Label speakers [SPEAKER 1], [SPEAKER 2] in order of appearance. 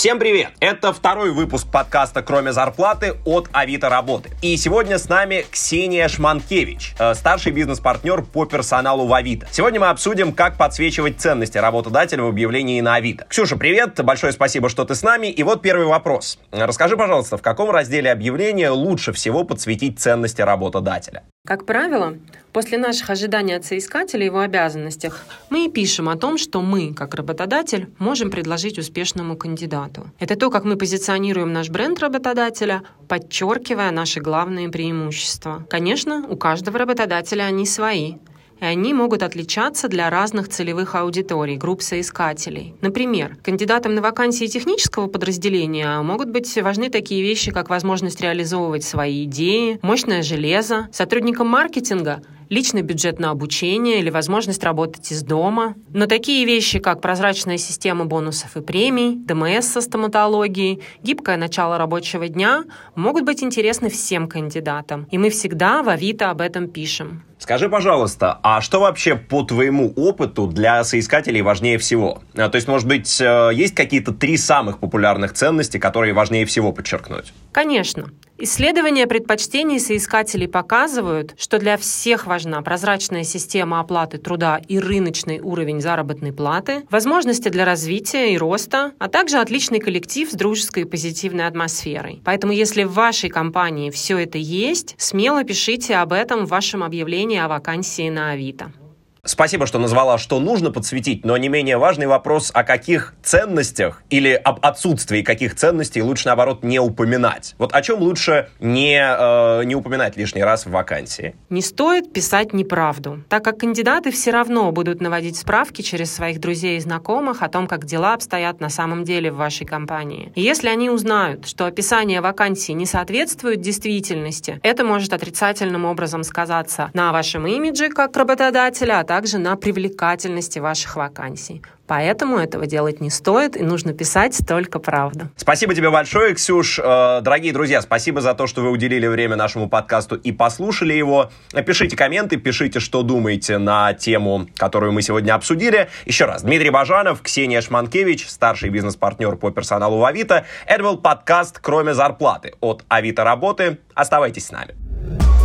[SPEAKER 1] Всем привет! Это второй выпуск подкаста «Кроме зарплаты» от Авито Работы. И сегодня с нами Ксения Шманкевич, старший бизнес-партнер по персоналу в Авито. Сегодня мы обсудим, как подсвечивать ценности работодателя в объявлении на Авито. Ксюша, привет! Большое спасибо, что ты с нами. И вот первый вопрос. Расскажи, пожалуйста, в каком разделе объявления лучше всего подсветить ценности работодателя?
[SPEAKER 2] Как правило, после наших ожиданий от соискателя и его обязанностях мы и пишем о том, что мы, как работодатель, можем предложить успешному кандидату. Это то, как мы позиционируем наш бренд работодателя, подчеркивая наши главные преимущества. Конечно, у каждого работодателя они свои. И они могут отличаться для разных целевых аудиторий, групп соискателей. Например, кандидатам на вакансии технического подразделения могут быть важны такие вещи, как возможность реализовывать свои идеи, мощное железо, сотрудникам маркетинга — личный бюджет на обучение или возможность работать из дома. Но такие вещи, как прозрачная система бонусов и премий, ДМС со стоматологией, гибкое начало рабочего дня, могут быть интересны всем кандидатам. И мы всегда в Авито об этом пишем.
[SPEAKER 1] Скажи, пожалуйста, а что вообще по твоему опыту для соискателей важнее всего? То есть, может быть, есть какие-то 3 самых популярных ценности, которые важнее всего подчеркнуть?
[SPEAKER 2] Конечно. Исследования предпочтений соискателей показывают, что для всех важна прозрачная система оплаты труда и рыночный уровень заработной платы, возможности для развития и роста, а также отличный коллектив с дружеской и позитивной атмосферой. Поэтому, если в вашей компании все это есть, смело пишите об этом в вашем объявлении о вакансии на Авито.
[SPEAKER 1] Спасибо, что назвала, что нужно подсветить, но не менее важный вопрос, о каких ценностях или об отсутствии каких ценностей лучше, наоборот, не упоминать. Вот о чем лучше не упоминать лишний раз в вакансии?
[SPEAKER 2] Не стоит писать неправду, так как кандидаты все равно будут наводить справки через своих друзей и знакомых о том, как дела обстоят на самом деле в вашей компании. И если они узнают, что описание вакансии не соответствует действительности, это может отрицательным образом сказаться на вашем имидже как работодателя, а также на привлекательности ваших вакансий. Поэтому этого делать не стоит, и нужно писать только правду.
[SPEAKER 1] Спасибо тебе большое, Ксюш. Дорогие друзья, спасибо за то, что вы уделили время нашему подкасту и послушали его. Пишите комменты, пишите, что думаете на тему, которую мы сегодня обсудили. Еще раз, Дмитрий Бажанов, Ксения Шманкевич, старший бизнес-партнер по персоналу в Авито. Это был подкаст «Кроме зарплаты» от Авито Работы. Оставайтесь с нами.